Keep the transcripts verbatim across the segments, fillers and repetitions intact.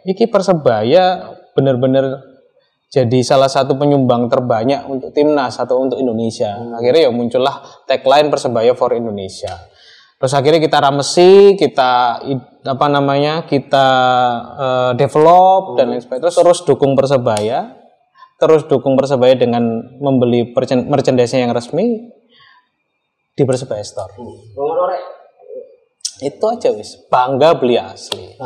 iki Persebaya bener-bener jadi salah satu penyumbang terbanyak untuk timnas atau untuk Indonesia. Hmm. Akhirnya ya muncullah tagline Persebaya for Indonesia. Terus akhirnya kita ramesi, kita apa namanya, kita uh, develop hmm. dan lain sebagainya. Terus terus dukung Persebaya, terus dukung Persebaya dengan membeli merchandise yang resmi di Persebaya Store. Hmm. Itu aja wis, bangga beli asli.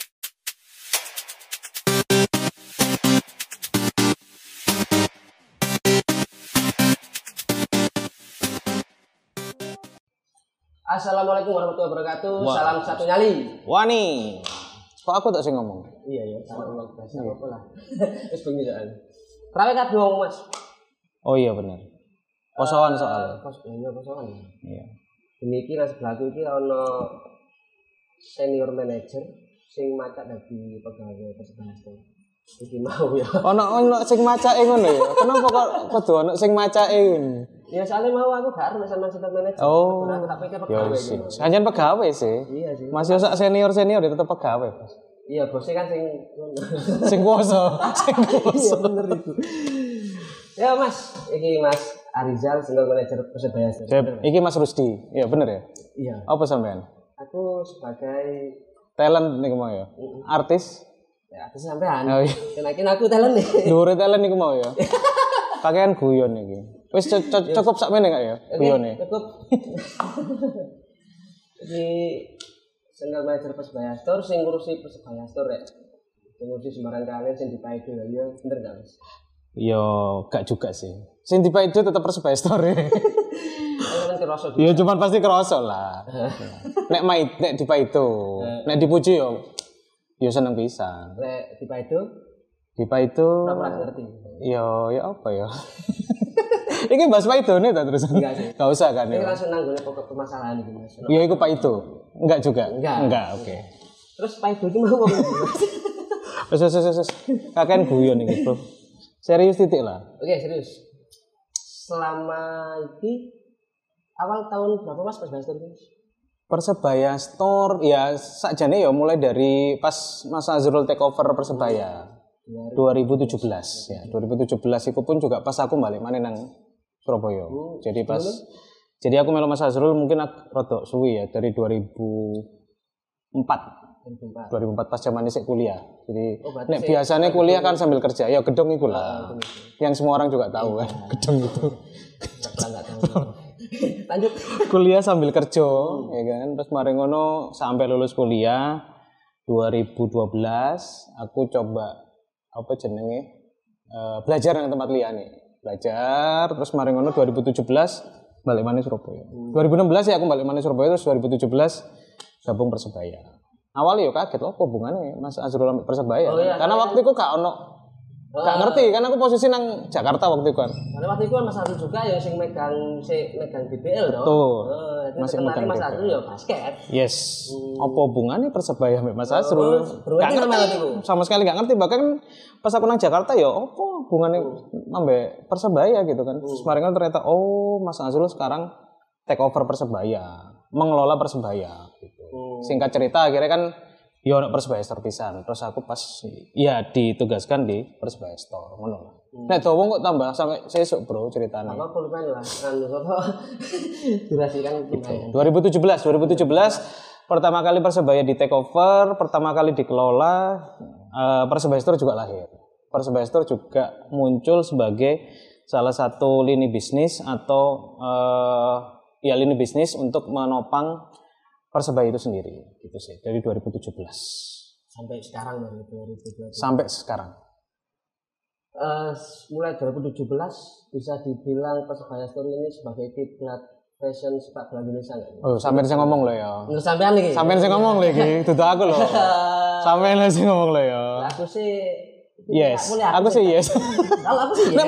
Assalamualaikum warahmatullahi wabarakatuh. Wah. Salam satu nyali. Wani. Kok aku tak sih ngomong? Iya ya, salam bahasa apa lah. Wis bengi soal. Trawe kabeh ngomong, Mas. Oh iya benar. Kosoan soal. Kos iya kosoan. Iya. Niki ra sebelahku iki ana senior manager sing macak dadi pegawai Persebaya. Iki mau ya. Ono ono sing macake ngono ya. Kenapa kok kudu ono sing macake ngono? Ya soalnya mau aku gak arep sama senior manager. Oh. Aku tak pikir pegawai. Ya sih. Sanjen pegawai sih. Iya sih. Masih sak senior-senior dia tetep pegawai, Bos. Iya, bosnya kan sing sing kuoso, sing kuoso. Iya bener itu. Ya Mas, iki Mas Arizal senior manager Persebaya. Iki Mas Rusdi. Iya bener ya? Iya. Apa sampean? Aku sebagai talent niku mau ya. Artis. Ya, artis sampean. Oh, iya. Kenakin aku talent nih. Dhuwure talent niku mau ya. Pakaian guyon iki. Wis cukup sakmene gak ya? Guyone. Cukup. Iki senior manager Persebaya Store sing ngurusi Persebaya Store ya. Sing ngurusi sembarang kalian sing dipaido ya bener gak Mas? Yo gak juga sih. Sing dipaido tetep Persebaya Store. Ya cuman pasti kerasa lah. Nek mai nek dipaido, nek dipuji yo yo seneng pisan. Nek dipaido? Dipaido. Ora ngerti. Yo ya apa ya? Iki bahas paidone ta terus? Enggak sih. Gak usah kan ya. Ini ya. langsung nanggone pokok permasalahan iki Mas. Iya iku paido. Enggak juga. Enggak. Enggak, oke. Okay. Terus paido iki mau ngomong iki Mas. Wes wes wes wes. Kakean guyon iki, Bro. Serius titik lah. Oke, serius. Selama iki awal tahun berapa Mas Persebaya Store Mas? Persebaya Store ya sakjane ya mulai dari pas Mas Azrul take over Persebaya. dua ribu tujuh belas ya. dua ribu tujuh belas itu pun juga pas aku balik maneh nang Surabaya. Hmm, jadi pas bener? Jadi aku melu Mas Azrul mungkin rodok suwi ya dari dua ribu empat. dua ribu empat pas zaman isih kuliah. Jadi oh, nek biasanya kuliah kan sambil kerja. Ya gedung iku lah. Oh, yang semua orang juga tahu kan. Gedung itu. Lanjut. Kuliah sambil kerja, hmm. ya kan. Terus mari ngono sampai lulus kuliah dua ribu dua belas aku coba apa jenenge uh, belajar nang tempat liyane. Belajar terus mari ngono dua ribu tujuh belas balik maneh Surabaya. Hmm. dua ribu enam belas ya aku balik maneh Surabaya terus dua ribu tujuh belas gabung Persebaya. Awalnya yo kaget loh, apa hubungannya Mas Azrul sama Persebaya? Oh, iya, karena iya. waktu itu gak ono uh, gak ngerti kan aku posisi nang Jakarta waktu itu kan. Karena waktu itu kan Mas Azrul juga yang sing megang si megang B B L toh. Tuh. Uh, masih megang Mas Azrul ya basket. Yes. Hmm. Apa hubungannya Persebaya sama Mas Azrul? Oh, gak ngerti sama sekali gak ngerti, bahkan pas aku nang Jakarta ya apa hubungannya hmm. sampai Persebaya gitu kan. Terus kemarin kan ternyata oh Mas Azrul sekarang take over Persebaya, mengelola Persebaya gitu. Hmm. Singkat cerita akhirnya kan ya ono Persebaya Store pisan. Terus aku pas ya ditugaskan di Persebaya Store ngono. Hmm. Nek dawa kok tambah sampai sesuk bro ceritanya. Apa pulpen lah anu apa durasikan dua ribu tujuh belas dua ribu tujuh belas pertama kali Persebaya di take over, pertama kali dikelola, uh, Persebaya Store juga lahir. Persebaya Store juga muncul sebagai salah satu lini bisnis atau uh, ya lini bisnis untuk menopang Persebaya itu sendiri gitu sih dari dua ribu tujuh belas sampai sekarang dari dua ribu dua belas sampai sekarang. Uh, mulai dua ribu tujuh belas bisa dibilang Persebaya Store ini sebagai kiblat fashion sepak bola Indonesia nggak? Oh, sampean sing ngomong loh ya. Nggak sampean lagi. Sampean sing ngomong lagi, dudu aku loh. Sampean sing ngomong loh ya. Aku sih yes. Aku sih yes. Kalau aku sih yes.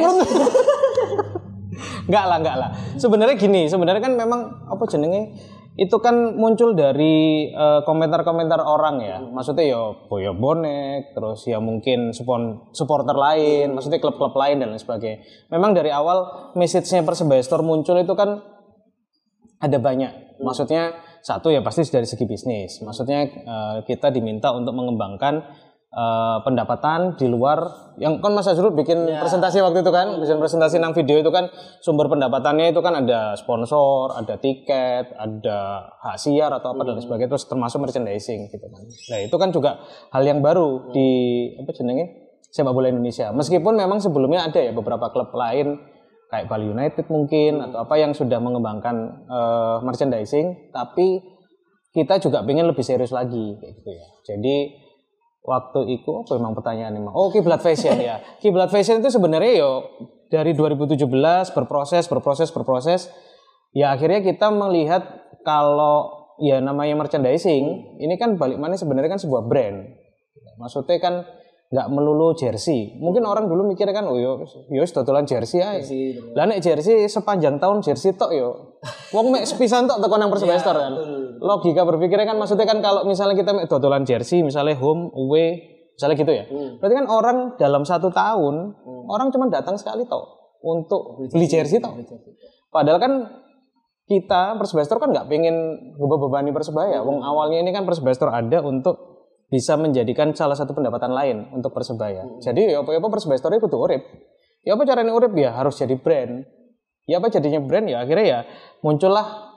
Enggak lah, enggak lah. Sebenarnya gini, sebenarnya kan memang apa jenenge? Itu kan muncul dari uh, komentar-komentar orang ya. Maksudnya ya boyo bonek, terus ya mungkin support, supporter lain, maksudnya klub-klub lain dan lain sebagainya. Memang dari awal message-nya Persebaya Store muncul itu kan ada banyak. Maksudnya satu ya pasti dari segi bisnis. Maksudnya uh, kita diminta untuk mengembangkan uh, pendapatan di luar yang kan Mas Azrul bikin ya. presentasi waktu itu kan, bikin presentasi nang video itu kan sumber pendapatannya itu kan ada sponsor, ada tiket, ada hak siar atau apa hmm. dan sebagainya, terus termasuk merchandising gitu kan. Nah itu kan juga hal yang baru di apa jenenge sepak bola Indonesia. Meskipun memang sebelumnya ada ya beberapa klub lain kayak Bali United mungkin hmm. atau apa yang sudah mengembangkan uh, merchandising, tapi kita juga pengen lebih serius lagi kayak gitu ya. Jadi waktu itu apa memang pertanyaannya? Oh, Kiblat Fashion ya. Kiblat Fashion itu sebenarnya yo dari dua ribu tujuh belas berproses, berproses, berproses. Ya akhirnya kita melihat kalau ya namanya merchandising, hmm. ini kan balik mana sebenarnya kan sebuah brand. Maksudnya kan nggak melulu jersey. Mungkin orang dulu mikirnya kan, oh yo, yo dodolan jersey aja. Lah nek jersey sepanjang tahun jersey tok yo. Wong mek sepisan tok teko nang Persebaya Store kan. Logika berpikirnya kan maksudnya kan kalau misalnya kita mek dodolan jersey, misalnya home, away, misalnya gitu ya. Hmm. Berarti kan orang dalam satu tahun, hmm. orang cuma datang sekali tok untuk beli jersey tok. Padahal kan kita Persebaya Store kan nggak pengen ngebebani Persebaya. Hmm. Wong awalnya ini kan Persebaya Store ada untuk bisa menjadikan salah satu pendapatan lain untuk Persebaya. Hmm. Jadi ya apa-apa Persebaya Store itu kudu urip. Ya apa caranya urip ya harus jadi brand. Ya apa jadinya brand ya akhirnya ya muncullah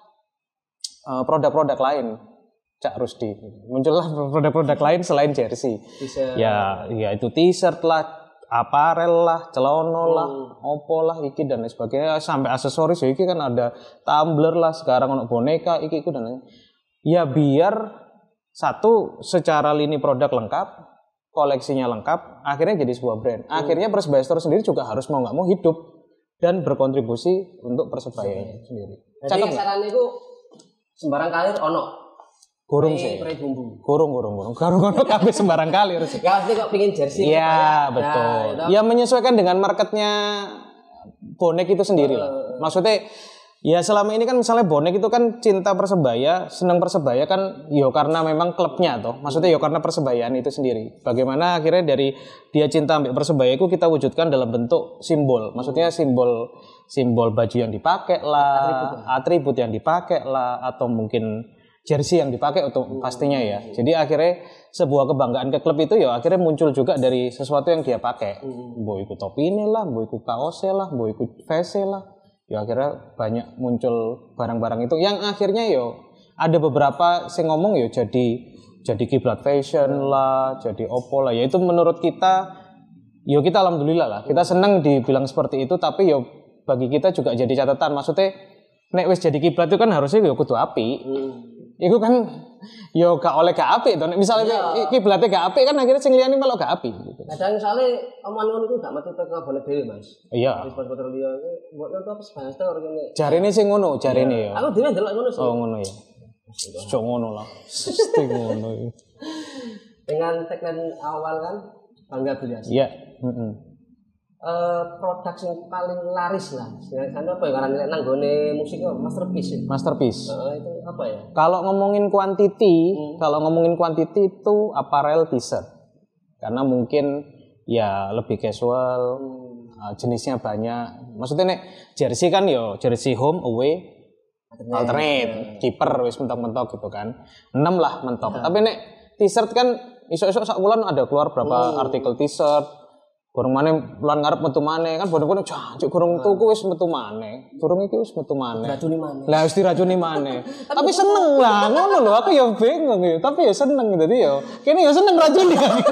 uh, produk-produk lain. Cak Rusdi. Muncullah produk-produk lain selain jersey. T-shirt. Ya ya itu t-shirt lah, aparel lah, celana lah, hmm. opo lah iki dan lain sebagainya sampai aksesoris ya iki kan ada tumbler lah, sekarang ono boneka iki iku dan lain. Ya biar satu, secara lini produk lengkap, koleksinya lengkap, akhirnya jadi sebuah brand. Akhirnya Persebaya Store sendiri juga harus mau nggak mau hidup dan berkontribusi untuk Persebaya hmm. sendiri. Jadi saran itu sembarang kalir ono. Gorong sih. Gorong gorong gorong. Gorong gorong kabeh sembarang kalir sih. Gak pasti kok pingin jersey. Iya betul. Nah, ya menyesuaikan dengan marketnya bonek itu sendiri lah. Maksudnya ya selama ini kan misalnya bonek itu kan cinta Persebaya, senang Persebaya kan yo karena memang klubnya toh. Maksudnya yo karena Persebayaan itu sendiri. Bagaimana akhirnya dari dia cinta ambil Persebaya itu kita wujudkan dalam bentuk simbol. Maksudnya simbol simbol baju yang dipakai lah, atribut, atribut yang dipakai lah, atau mungkin jersey yang dipakai untuk pastinya ya. Jadi akhirnya sebuah kebanggaan ke klub itu ya akhirnya muncul juga dari sesuatu yang dia pakai. Mbok iku topine lah, mbok iku kaose lah, mbok iku vest lah. Ya akhirnya banyak muncul barang-barang itu yang akhirnya yo ada beberapa yang ngomong yo jadi jadi Kiblat Fashion lah, jadi Oppo lah. Ya itu menurut kita yo kita alhamdulillah lah. Kita senang dibilang seperti itu, tapi yo bagi kita juga jadi catatan. Maksudnya nek wis jadi kiblat itu kan harusnya yo kudu api. Hmm. Iku kan yo gak oleh gak apik to. Nek misale ya. Kiblatnya gak apik kan akhirnya sing liyane malah gak apik gitu. Kadang misale omongan ngono iku gak mati teko bonek dhewe, Mas. Iya. Wis sponsor liya iku mbok nonton apa Sebastian ngene. Jarine sing ngono, jarine ya. Aku dhewe ndelok ngono sih. Oh ngono ya. Cok ngono lah. Mesti ngono iki. Dengan tagline awal kan bangga biasa. Iya, heeh. Uh, produk yang paling laris lah. Kan apa ya karena nang gone musik kok masterpiece. Ya? Masterpiece. Uh, itu apa ya? Kalau ngomongin quantity, hmm. kalau ngomongin quantity itu apparel t-shirt. Karena mungkin ya lebih casual, hmm. uh, jenisnya banyak. Maksudnya nek jersey kan yo jersey home away alternate, alternate. Yeah. Kiper wis mentok-mentok gitu kan. enam lah mentok. Yeah. Tapi nek t-shirt kan iso-iso sak bulan ada keluar berapa hmm. artikel t-shirt. Gorong maneh lan ngarep metu maneh kan bodoh-bodoh jancuk gorong tuku wis metu maneh. Durung iki wis metu maneh. Diracuni maneh. Lah wis diracuni maneh. Tapi seneng lah ngono lho aku ya bingung ya. Tapi ya seneng dadi ya. Kene ya seneng racuni.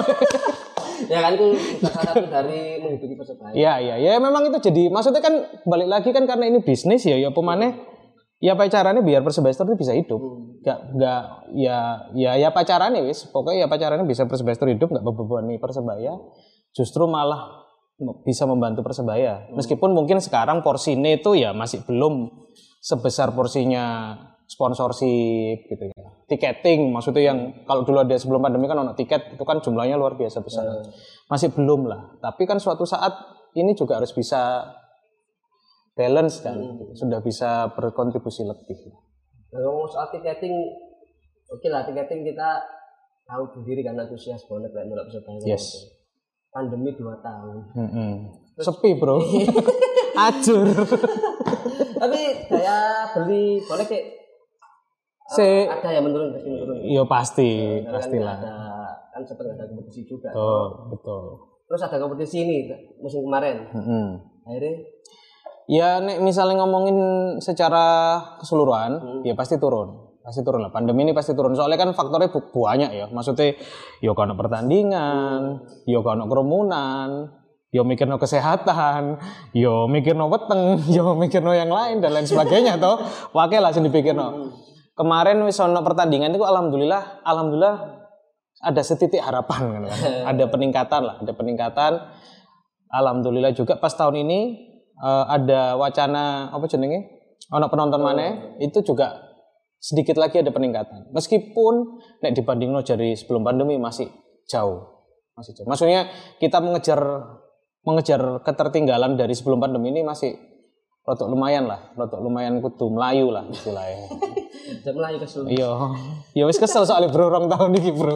Ya kan itu salah satu dari menghidupi Persebaya. Iya iya ya memang itu jadi maksudnya kan balik lagi kan karena ini bisnis ya ya apa maneh ya apa caranya biar Persebaya Store bisa hidup. Hmm. Gak gak ya ya ya apa caranya wis pokoknya ya apa caranya bisa Persebaya Store hidup enggak bebani Persebaya. Justru malah bisa membantu Persebaya. Meskipun mungkin sekarang porsinya itu ya masih belum sebesar porsinya sponsorship gitu ya. Tiketing maksudnya yang kalau dulu ada sebelum pandemi kan ono tiket itu kan jumlahnya luar biasa besar. Masih belum lah. Tapi kan suatu saat ini juga harus bisa balance kan. Hmm. Sudah bisa berkontribusi lebih. Kalau soal tiketing oke lah tiketing kita tahu sendiri kan antusias banget lah mulai Persebaya. Yes. Pandemi dua tahun. Mm-hmm. Sepi bro. Acur. Tapi daya beli boleh kayak Se- ada yang menurun pasti menurun. Iya pasti, nah, pastilah. Kan, kan kan sempat ada kompetisi juga. Oh, betul. Terus ada kompetisi ini musim kemarin. Mm-hmm. Akhirnya ya nek misalnya ngomongin secara keseluruhan, hmm. ya pasti turun. Pasti turun lah. Pandemi ini pasti turun. Soalnya kan faktornya bu- banyak ya. Maksudnya yo kono pertandingan, yo kono kerumunan, yo mikirno kesehatan, yo mikirno weteng, yo mikirno yang lain dan lain sebagainya toh. Wae lah sing dipikirno. Kemarin wis ono pertandingan itu alhamdulillah, alhamdulillah ada setitik harapan kan. Ada peningkatan lah, ada peningkatan. Alhamdulillah juga pas tahun ini uh, ada wacana apa jenenge? Ono penonton oh. maneh itu juga sedikit lagi ada peningkatan. Meskipun nek dibandingno dari sebelum pandemi masih jauh. Masih jauh. Maksudnya kita mengejar mengejar ketertinggalan dari sebelum pandemi ini masih rodok lumayan lah, rodok lumayan kudu melayu lah istilahnya. Jam melayu kesel. Iya. Ya wis kesel soalnya bro rong tahun iki, Bro.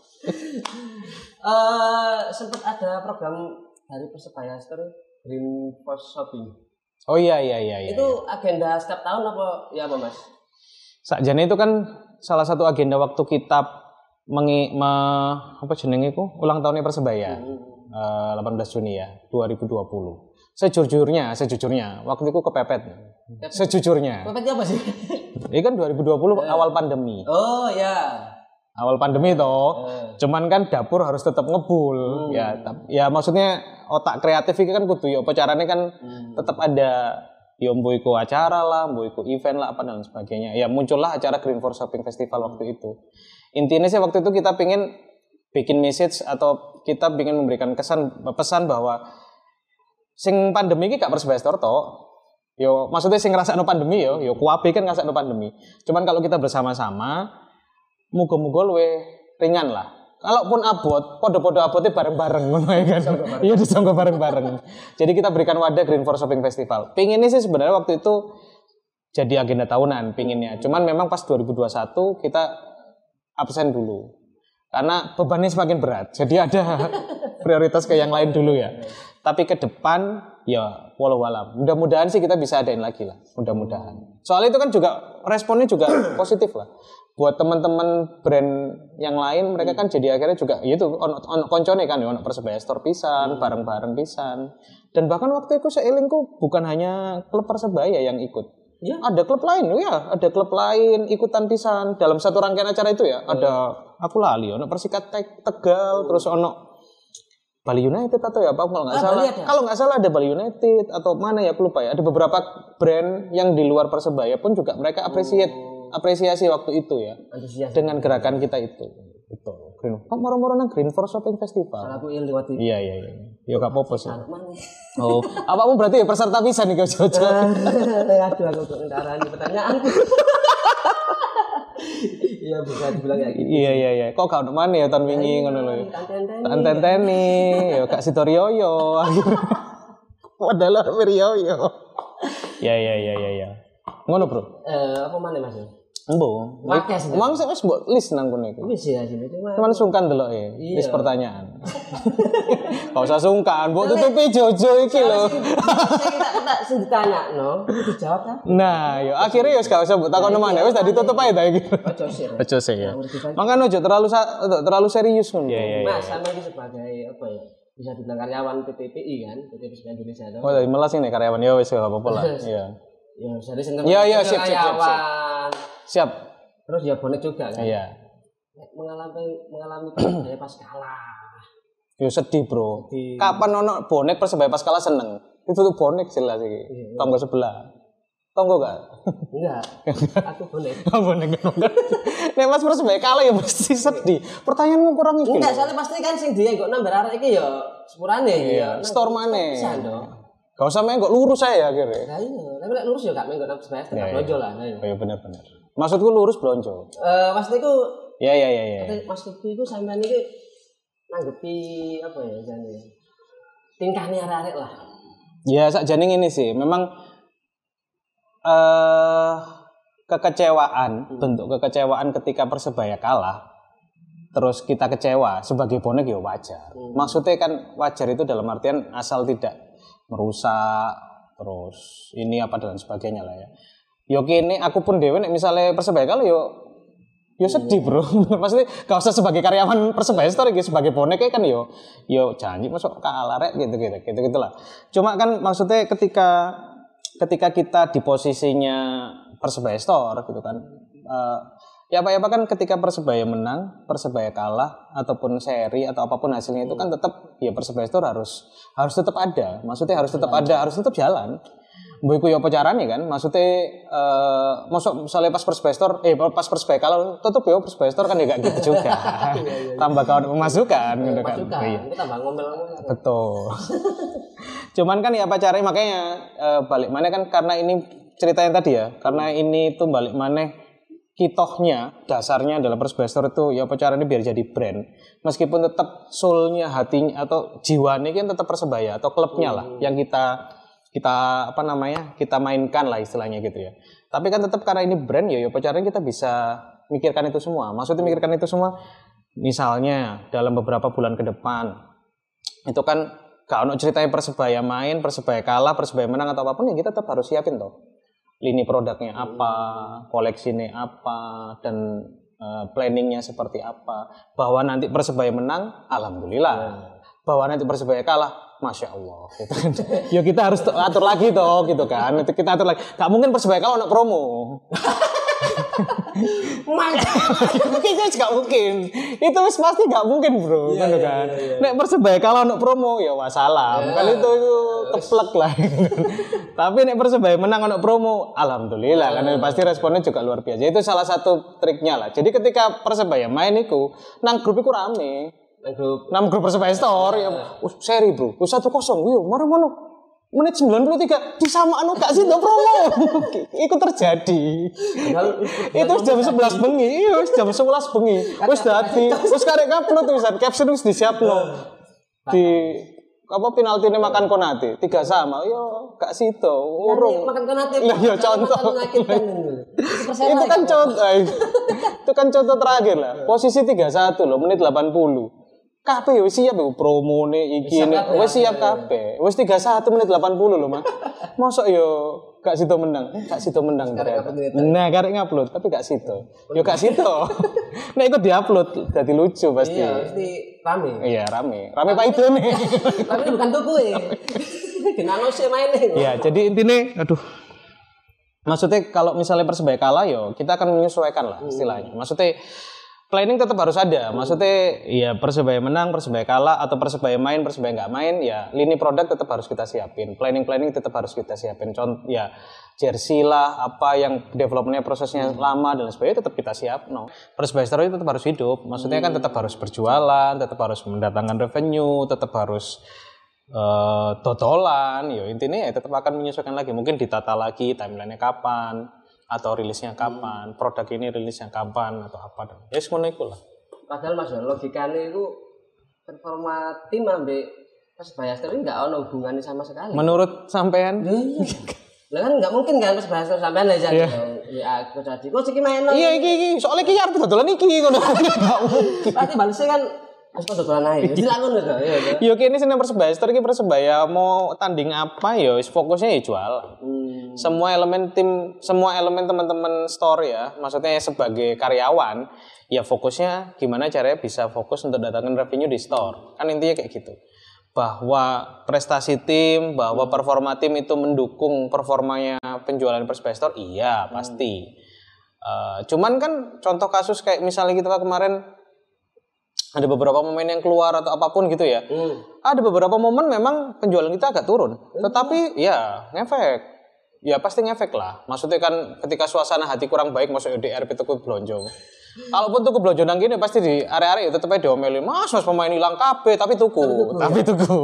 uh, sempat ada program dari Persebaya Store Green Force Shopping. Oh iya iya iya iya. Itu agenda setiap tahun apa ya apa Mas? Sakjane itu kan salah satu agenda waktu kita mengi me, apa jenenge iku ulang tahunnya Persebaya. Hmm. Uh, delapan belas Juni ya, dua ribu dua puluh. Sejujurnya, sejujurnya waktu itu kepepet. Sejujurnya. Kepepetnya apa sih? Ini kan dua ribu dua puluh uh. awal pandemi. Oh ya. Awal pandemi toh. Uh. Cuman kan dapur harus tetap ngebul. Hmm. Ya, ya maksudnya otak kreatif ini kan kudu ya apa caranya kan hmm. tetap ada ya mbo iku acara lah, mbo iku event lah apa dan sebagainya. Ya muncullah acara Green for Shopping Festival hmm. waktu itu. Intinya sih waktu itu kita pengen bikin message atau kita ingin memberikan kesan pesan bahwa sing pandemi iki gak Persebaya Store to. Yo maksudnya sing ngrasakno pandemi yo, yo kuwabe kan ngrasakno pandemi. Cuman kalau kita bersama-sama muga-muga luwe ringan lah. Kalaupun abot, podo-podo abotnya bareng-bareng ngono ya kan. Iya disangka bareng-bareng. Jadi kita berikan wadah Green for Shopping Festival. Pinginnya sih sebenarnya waktu itu jadi agenda tahunan pinginnya. Cuman memang pas dua ribu dua puluh satu kita absen dulu. Karena bebannya semakin berat. Jadi ada prioritas ke yang lain dulu ya. Tapi ke depan ya walau alam. Mudah-mudahan sih kita bisa adain lagi lah. Mudah-mudahan. Soalnya itu kan juga responnya juga positif lah. Buat teman-teman brand yang lain mereka kan jadi akhirnya juga itu ono ono koncone kan ya ono Persebaya Store pisan, bareng-bareng pisan. Dan bahkan waktu itu seelingku bukan hanya klub Persebaya yang ikut. Ya. Ada klub lain, ya, ada klub lain ikutan pisan dalam satu rangkaian acara itu ya. Hmm. Ada aku lali, ono Persikat Tegal, hmm. terus ono Bali United atau ya apa kalau nggak ah, salah. Kalau nggak salah ada Bali United atau mana ya aku lupa ya. Ada beberapa brand yang di luar Persebaya pun juga mereka appreciate, hmm. apresiasi waktu itu ya. Antusias. Dengan gerakan kita itu. Betul. Green. Kok moro-moro nang Green for Shopping Festival. Aku yang lewat itu. Iya iya iya. Ya gak apa-apa sih. Oh, apamu berarti ya peserta pisan nih Jojo. Aduh aku kok ngarani pertanyaanku. Iya bisa dibilang kayak gitu. Iya iya iya. Kok gak ono maneh ya tahun wingi ngono lho. Tantenteni, ya Kak Sitorioyo. Padahal Wirioyo. Ya ya ya ya ya. Ngono, Bro. Eh, apa maneh Mas? Embo. Makes. Emang sik wis mbok list nang kono iku. Wis ya sini cuma. Cuman sungkan deloke. Wis pertanyaan. Gak usah sungkan, mbok tutupi Jojo iki lho. Saya tak tak sing ditanyakno, dijawab kan? Nah, yo akhirnya yo gak usah mbok takono maneh, wis tak ditutup ae ta iki. Ojo sih. Ojo sih ya. Makane ojo terlalu terlalu serius ngono. Mas, sama iki sebagai apa ya? Bisa dibilang karyawan P T P I kan, P T P I Indonesia to. Oh, dari melas ini karyawan ya wis gak apa-apa lah. Iya. Ya, jadi seneng. Iya, iya, siap, siap, siap. Siap. Terus ya bonek juga kan. Iya. Mengalami mengalami Persebaya pas kalah. Yo sedih, Bro. Sedih. Kapan ono bonek Persebaya pas kalah seneng? Itu tuh bonek jelas iki. Iya, tonggo sebelah. Tonggo gak? Enggak. Aku bonek. Oh, bonek. Nek Mas Persebaya kalah ya mesti sedih. Pertanyaanmu kurang iki. Enggak, soalnya pasti kan sing dia kok nambah arek iki ya sepurane ya. Store maneh. Bisa dong. Gak usah main kok lurus saya akhirnya. Nah iya, tapi lek lurus ya gak main kok nang Persebaya tetap blonjo lah. Oh iya benar-benar. Maksudku lurus blonjo. Eh maksudku iku ya ya ya ya. Maksudku iku sampean iki nanggepi apa ya jane. Tingkahne arek-arek lah. Ya sakjane ngene sih, memang eh uh, kekecewaan, hmm. bentuk kekecewaan ketika Persebaya kalah. Terus kita kecewa sebagai bonek ya wajar. Hmm. Maksudnya kan wajar itu dalam artian asal tidak merusak terus ini apa dan sebagainya lah ya. Yo kene aku pun dhewe nek misale Persebaya kalah yo Yo sedih bro, maksudnya gak usah sebagai karyawan Persebaya Store gitu, sebagai bonek kan yo, yo janji masuk kalah rek gitu gitu gitu gitulah. Cuma kan maksudnya ketika ketika kita di posisinya Persebaya Store gitu kan, uh, ya apa ya apa kan ketika Persebaya menang, Persebaya kalah ataupun seri atau apapun hasilnya itu kan tetap ya Persebaya Store harus harus tetap ada, maksudnya harus tetap ada, harus tetap jalan. Mbok iku ya apa carane kan? Maksudnya eh mosok misalnya pas Persebaya Store eh pas Persebaya kalau tutup ya Persebaya Store kan ya gak gitu juga. Tambah kawan pemasukan gitu kan. Iya. Kita tambah ngomel-ngomel. Betul. Cuman kan ya apa caranya makanya eh, balik mana kan karena ini cerita yang tadi ya. Karena ini tuh balik mana kitohnya dasarnya adalah Persebaya Store itu ya apa caranya biar jadi brand. Meskipun tetap soul-nya, hatinya atau jiwanya kan tetap Persebaya atau klubnya lah yang kita kita apa namanya kita mainkan lah istilahnya gitu ya. Tapi kan tetap karena ini brand ya, ya caranya kita bisa mikirkan itu semua. Maksudnya mikirkan itu semua. Misalnya dalam beberapa bulan ke depan itu kan kalau ceritanya Persebaya main, Persebaya kalah, Persebaya menang atau apapun ya kita tetap harus siapin toh. Lini produknya apa, koleksinya apa, dan uh, planningnya seperti apa. Bahwa nanti Persebaya menang, alhamdulillah. Bahwa nanti Persebaya kalah, Masya Allah gitu kan. Ya kita harus atur lagi toh gitu kan. Nanti kita atur lagi. Gak mungkin Persebaya kalau nak promo. Itu gak mungkin. Itu pasti gak mungkin bro. Yeah, kan, yeah, kan. Yeah, yeah. Nek Persebaya kalau nak promo ya wassalam. Yeah. Kan itu, itu teplek lah. Tapi nek Persebaya menang nak promo, alhamdulillah. Yeah. Karena pasti responnya juga luar biasa. Itu salah satu triknya lah. Jadi ketika Persebaya main itu, nang grup itu rame. Grup enam grup Persebaya Store ya. Uh, seri bro. Uh, satu kosong. Yo, mana-mana. Menit sembilan puluh tiga disamaan gak sih do promo. Itu terjadi. Itu jam sebelas bengi. Iya, jam sebelas bengi. Wis dadi, wis karek upload tulisan caption wis disiapno. Di apa penaltine makan Konate tiga sama. Yo, gak situ. Urung. Makan Konate. Lah yo contoh. Itu kan contoh. Itu kan contoh terakhir lah. Posisi tiga satu loh, menit delapan puluh. Kabeh wis siap yo promone iki wis siap kabeh. Wis tiga satu menit delapan puluh lho, Mas. Mosok yo gak situ menang. Gak situ menang ternyata. Nah, karek ngupload tapi gak situ. Yo gak situ. Nek iku diupload dadi lucu pasti. Iya, pasti rame. Iya, rame. Rame Pak Idone. Tapi bukan tuku ya. Genano sih maine. Iya, jadi intine aduh. Maksudnya kalau misalnya Persebaya kalah yo kita akan menyesuaikan lah istilahnya. Maksudnya planning tetap harus ada. Maksudnya ya Persebaya menang, Persebaya kalah atau Persebaya main, Persebaya nggak main ya lini produk tetap harus kita siapin. Planning-planning tetap harus kita siapin. Contoh ya jersey lah apa yang developmentnya prosesnya hmm. lama dan sebagainya tetap kita siap. No. Persebaya Store itu tetap harus hidup. Maksudnya hmm. kan tetap harus berjualan, tetap harus mendatangkan revenue, tetap harus uh, totolan. Yo intinya ya tetap akan menyesuaikan lagi. Mungkin ditata lagi timelinenya kapan. Atau rilisnya kapan, hmm. produk ini rilisnya kapan atau apa dan ya semuanya itu lah. Padahal mas logikanya itu performa tim ambek Persebaya Store nggak ada hubungannya sama sekali. Menurut sampean? Lah kan nggak mungkin kan Persebaya Store sampean aja. Iya. Ya aku jadi. Kok sih main? Iya iki iki soalnya iki arep dodolan iki ngono. Enggak mungkin. Berarti balesnya kan wis dodolan ae. Wis lak ngono to. Yo kene sing Persebaya Store iki Persebaya mau tanding apa ya wis fokusnya ya jual. Hmm. Semua elemen tim, semua elemen teman-teman store ya, maksudnya sebagai karyawan, ya fokusnya gimana caranya bisa fokus untuk datangin revenue di store. Kan intinya kayak gitu. Bahwa prestasi tim, bahwa performa tim itu mendukung performanya penjualan Persebaya Store, iya pasti. Hmm. Uh, cuman kan contoh kasus kayak misalnya kita kemarin ada beberapa momen yang keluar atau apapun gitu ya. Hmm. Ada beberapa momen memang penjualan kita agak turun, hmm. tetapi ya ngefek. Ya pasti ngefek lah. Maksudnya kan ketika suasana hati kurang baik masuk D R P tuku blonjo. Kalaupun tuku blonjo nang kene pasti di area-area itu tetep diomelin. Mas, mas pemain hilang kabeh tapi tuku, tapi tuku.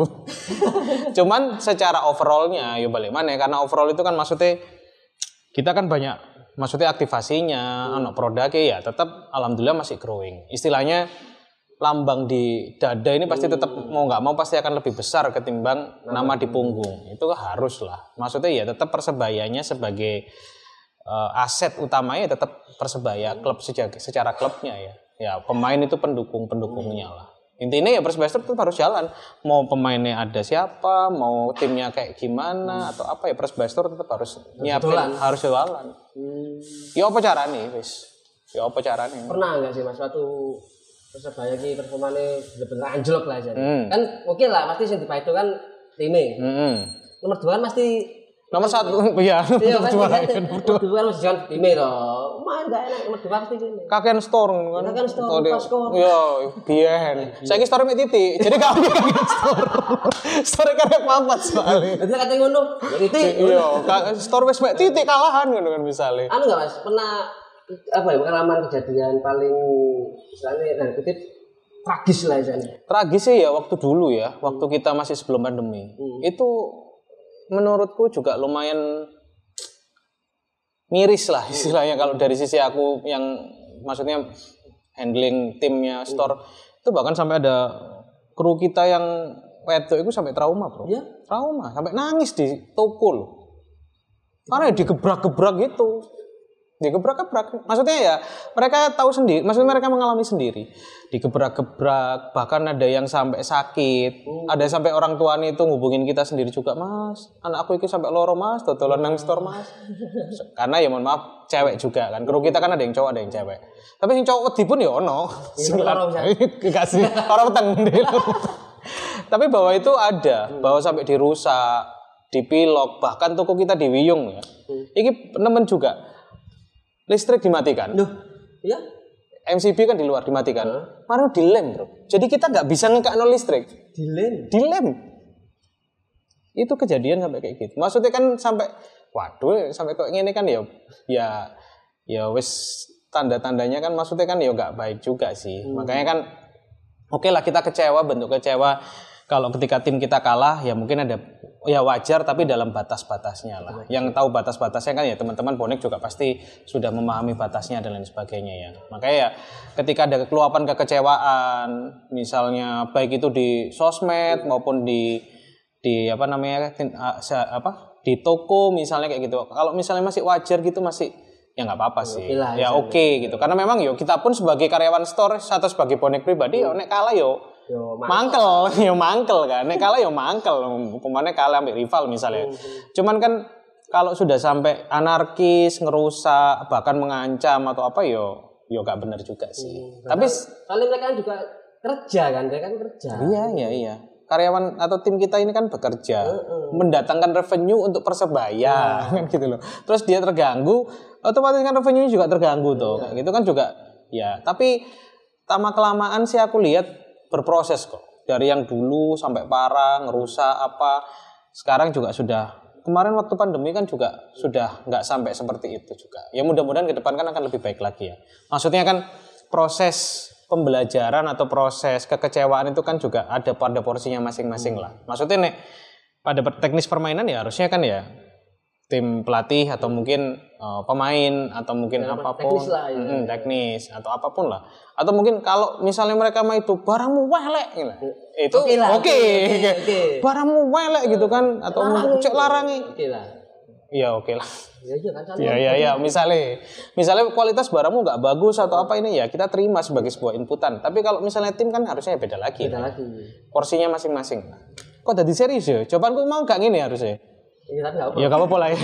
Cuman secara overallnya ya balik mana karena overall itu kan maksudnya kita kan banyak maksudnya aktivasinya, hmm. anak produknya ya tetap alhamdulillah masih growing. Istilahnya lambang di dada ini pasti tetap mau nggak mau pasti akan lebih besar ketimbang nama di punggung. Itu harus lah. Maksudnya ya tetap Persebayanya sebagai uh, aset utamanya tetap Persebaya klub secara, secara klubnya ya. Ya pemain itu pendukung-pendukungnya lah. Intinya ya Persebaya tetap harus jalan. Mau pemainnya ada siapa, mau timnya kayak gimana atau apa ya Persebaya tetap harus nyiapin, harus jualan. Hmm. Ya apa caranya wis. Ya apa caranya? Pernah enggak sih Mas waktu Persebaya ki performane bener-bener anjlok lah jadi. Hmm. Kan oke lah pasti sing dipaido kan time. Heeh. Nomor dua kan pasti Nomor satu, iya. iya Nomor kan dua. kan nomor dua harus jangan time loh. Main enggak enak nomor dua pasti gini. Kakean store kan. Kakean store, Oh, dia- pas skor. Iya, biyen. Saiki store mek titik. Jadi gak ada kakean store. Store karek papat soalnya. Jadi kate ngono, ya titik. Iya, ka- store wis mek titik kalahan ngono kan misalnya. Anu enggak Mas, pernah apa ya pengalaman kejadian paling misalnya dari kutip tragis lah misalnya. Tragis sih ya waktu dulu ya, waktu kita masih sebelum pandemi. Hmm. Itu menurutku juga lumayan miris lah istilahnya kalau dari sisi aku yang maksudnya handling timnya store itu bahkan sampai ada kru kita yang wedok itu sampai trauma bro. Iya? Trauma sampai nangis di toko loh. Karena digebrak-gebrak gitu. Digebrak-gebrak. Maksudnya ya mereka tahu sendiri, maksudnya mereka mengalami sendiri. Digebrak-gebrak, bahkan ada yang sampai sakit. Hmm. Ada sampai orang tuanya itu ngubungin kita sendiri juga, "Mas, anakku itu sampai loro, Mas, dodolan nang store, Mas." Karena ya mohon maaf, cewek juga kan. Kru kita kan ada yang cowok, ada yang cewek. Tapi yang cowok wedi pun ya ono. Sing loro misalnya. kasih orang weteng. Tapi bahwa itu ada, bahwa sampai dirusak, dipilok, bahkan toko kita diwiyung ya. Ini nemen juga. Listrik dimatikan. Loh, iya? M C B kan di luar dimatikan. Baru dilem, bro. Jadi kita nggak bisa ngekakno listrik. Dilem. Dilem. Itu kejadian sampai kayak gitu. Maksudnya kan sampai, waduh, sampai kok ini kan ya, ya, ya wis tanda-tandanya kan maksudnya kan ya nggak baik juga sih. Hmm. Makanya kan, oke okay lah kita kecewa, bentuk kecewa. Kalau ketika tim kita kalah, ya mungkin ada, ya wajar tapi dalam batas-batasnya lah. Yang tahu batas-batasnya kan ya teman-teman bonek juga pasti sudah memahami batasnya dan lain sebagainya ya. Makanya ya ketika ada keluapan kekecewaan, misalnya baik itu di sosmed maupun di di apa namanya apa di toko misalnya kayak gitu. Kalau misalnya masih wajar gitu masih ya nggak apa-apa sih. Lah, ya oke okay, gitu. Karena memang yo kita pun sebagai karyawan store atau sebagai bonek pribadi yo nek kalah yo Yo, mangkel, yo mangkel kan. Nek kalah yo mangkel. Pemane kalah ambil rival misalnya. Hmm. Cuman kan kalau sudah sampai anarkis, ngerusak, bahkan mengancam atau apa yo yo gak benar juga sih. Hmm. Tapi kali mereka kan juga kerja kan, mereka kan kerja. Iya, iya, iya. Karyawan atau tim kita ini kan bekerja, uh, uh. mendatangkan revenue untuk Persebaya kan uh. gitu loh. Terus dia terganggu, otomatis kan revenue juga terganggu tuh. Uh. Kayak gitu kan juga ya, tapi lama kelamaan sih aku lihat berproses kok. Dari yang dulu sampai parah, ngerusak apa. Sekarang juga sudah, kemarin waktu pandemi kan juga sudah nggak sampai seperti itu juga. Ya mudah-mudahan ke depan kan akan lebih baik lagi ya. Maksudnya kan proses pembelajaran atau proses kekecewaan itu kan juga ada pada porsinya masing-masing lah. Maksudnya nih, pada teknis permainan ya harusnya kan ya tim pelatih atau mungkin uh, pemain atau mungkin ya, apapun teknis lah, ya. hmm, teknis atau apapun lah atau mungkin kalau misalnya mereka mau itu barangmu welek gitu. Itu oke okay okay. okay, okay. barangmu welek gitu kan atau larang, cek larangi oke okay lah iya oke okay lah ya iya kan ya ya ya misalnya misalnya kualitas barangmu nggak bagus atau apa ini ya kita terima sebagai sebuah inputan tapi kalau misalnya tim kan harusnya beda lagi beda kan? lagi porsinya masing-masing kok tadi serius ya cobaan gue mau nggak gini harusnya. Iya, tapi enggak apa-apa. Ya enggak apa-apa lah ya.